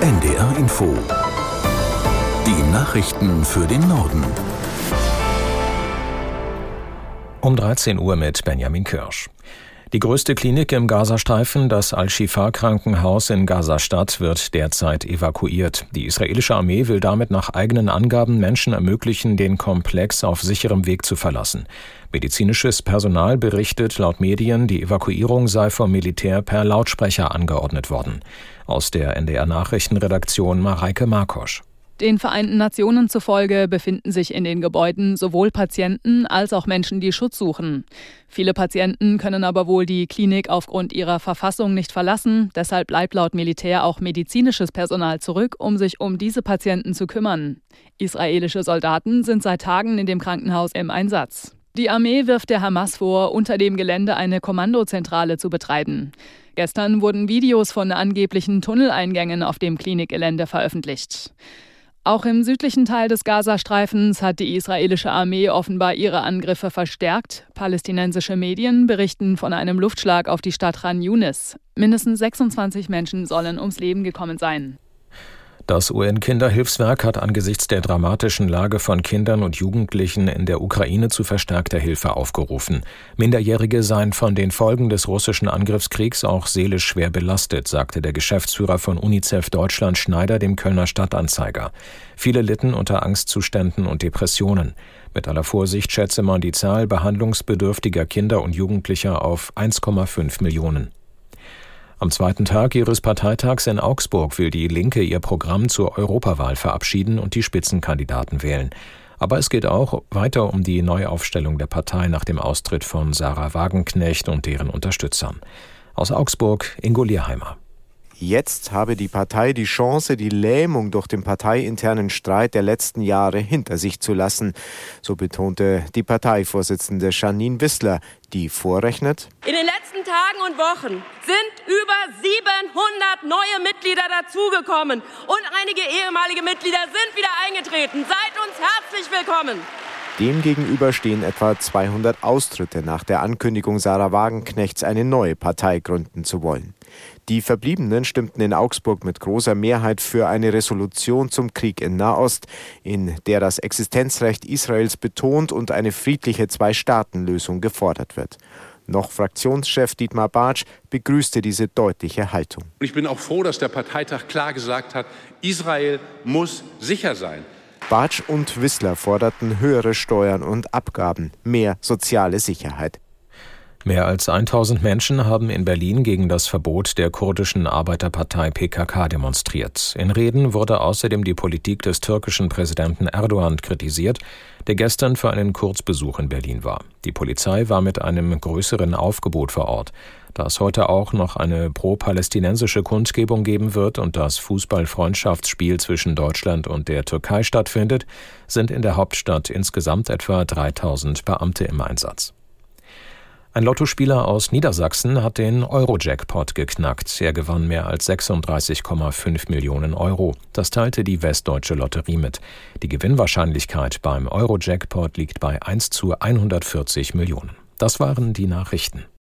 NDR Info. Die Nachrichten für den Norden. Um 13 Uhr mit Benjamin Kirsch. Die größte Klinik im Gazastreifen, das Al-Shifa-Krankenhaus in Gaza-Stadt, wird derzeit evakuiert. Die israelische Armee will damit nach eigenen Angaben Menschen ermöglichen, den Komplex auf sicherem Weg zu verlassen. Medizinisches Personal berichtet laut Medien, die Evakuierung sei vom Militär per Lautsprecher angeordnet worden. Aus der NDR-Nachrichtenredaktion Mareike Markosch. Den Vereinten Nationen zufolge befinden sich in den Gebäuden sowohl Patienten als auch Menschen, die Schutz suchen. Viele Patienten können aber wohl die Klinik aufgrund ihrer Verfassung nicht verlassen. Deshalb bleibt laut Militär auch medizinisches Personal zurück, um sich um diese Patienten zu kümmern. Israelische Soldaten sind seit Tagen in dem Krankenhaus im Einsatz. Die Armee wirft der Hamas vor, unter dem Gelände eine Kommandozentrale zu betreiben. Gestern wurden Videos von angeblichen Tunneleingängen auf dem Klinikgelände veröffentlicht. Auch im südlichen Teil des Gazastreifens hat die israelische Armee offenbar ihre Angriffe verstärkt. Palästinensische Medien berichten von einem Luftschlag auf die Stadt Khan Yunis. Mindestens 26 Menschen sollen ums Leben gekommen sein. Das UN-Kinderhilfswerk hat angesichts der dramatischen Lage von Kindern und Jugendlichen in der Ukraine zu verstärkter Hilfe aufgerufen. Minderjährige seien von den Folgen des russischen Angriffskriegs auch seelisch schwer belastet, sagte der Geschäftsführer von UNICEF Deutschland Schneider dem Kölner Stadtanzeiger. Viele litten unter Angstzuständen und Depressionen. Mit aller Vorsicht schätze man die Zahl behandlungsbedürftiger Kinder und Jugendlicher auf 1,5 Millionen. Am zweiten Tag ihres Parteitags in Augsburg will die Linke ihr Programm zur Europawahl verabschieden und die Spitzenkandidaten wählen. Aber es geht auch weiter um die Neuaufstellung der Partei nach dem Austritt von Sarah Wagenknecht und deren Unterstützern. Aus Augsburg, Ingo Lierheimer. Jetzt habe die Partei die Chance, die Lähmung durch den parteiinternen Streit der letzten Jahre hinter sich zu lassen. So betonte die Parteivorsitzende Janine Wissler, die vorrechnet: In den letzten Tagen und Wochen sind über 700 neue Mitglieder dazugekommen und einige ehemalige Mitglieder sind wieder eingetreten. Seid uns herzlich willkommen. Demgegenüber stehen etwa 200 Austritte nach der Ankündigung Sarah Wagenknechts, eine neue Partei gründen zu wollen. Die Verbliebenen stimmten in Augsburg mit großer Mehrheit für eine Resolution zum Krieg in Nahost, in der das Existenzrecht Israels betont und eine friedliche Zwei-Staaten-Lösung gefordert wird. Noch Fraktionschef Dietmar Bartsch begrüßte diese deutliche Haltung. Ich bin auch froh, dass der Parteitag klar gesagt hat, Israel muss sicher sein. Bartsch und Wissler forderten höhere Steuern und Abgaben, mehr soziale Sicherheit. Mehr als 1000 Menschen haben in Berlin gegen das Verbot der kurdischen Arbeiterpartei PKK demonstriert. In Reden wurde außerdem die Politik des türkischen Präsidenten Erdogan kritisiert, der gestern für einen Kurzbesuch in Berlin war. Die Polizei war mit einem größeren Aufgebot vor Ort. Da es heute auch noch eine pro-palästinensische Kundgebung geben wird und das Fußball-Freundschaftsspiel zwischen Deutschland und der Türkei stattfindet, sind in der Hauptstadt insgesamt etwa 3000 Beamte im Einsatz. Ein Lottospieler aus Niedersachsen hat den Euro-Jackpot geknackt. Er gewann mehr als 36,5 Millionen Euro. Das teilte die Westdeutsche Lotterie mit. Die Gewinnwahrscheinlichkeit beim Euro-Jackpot liegt bei 1 zu 140 Millionen. Das waren die Nachrichten.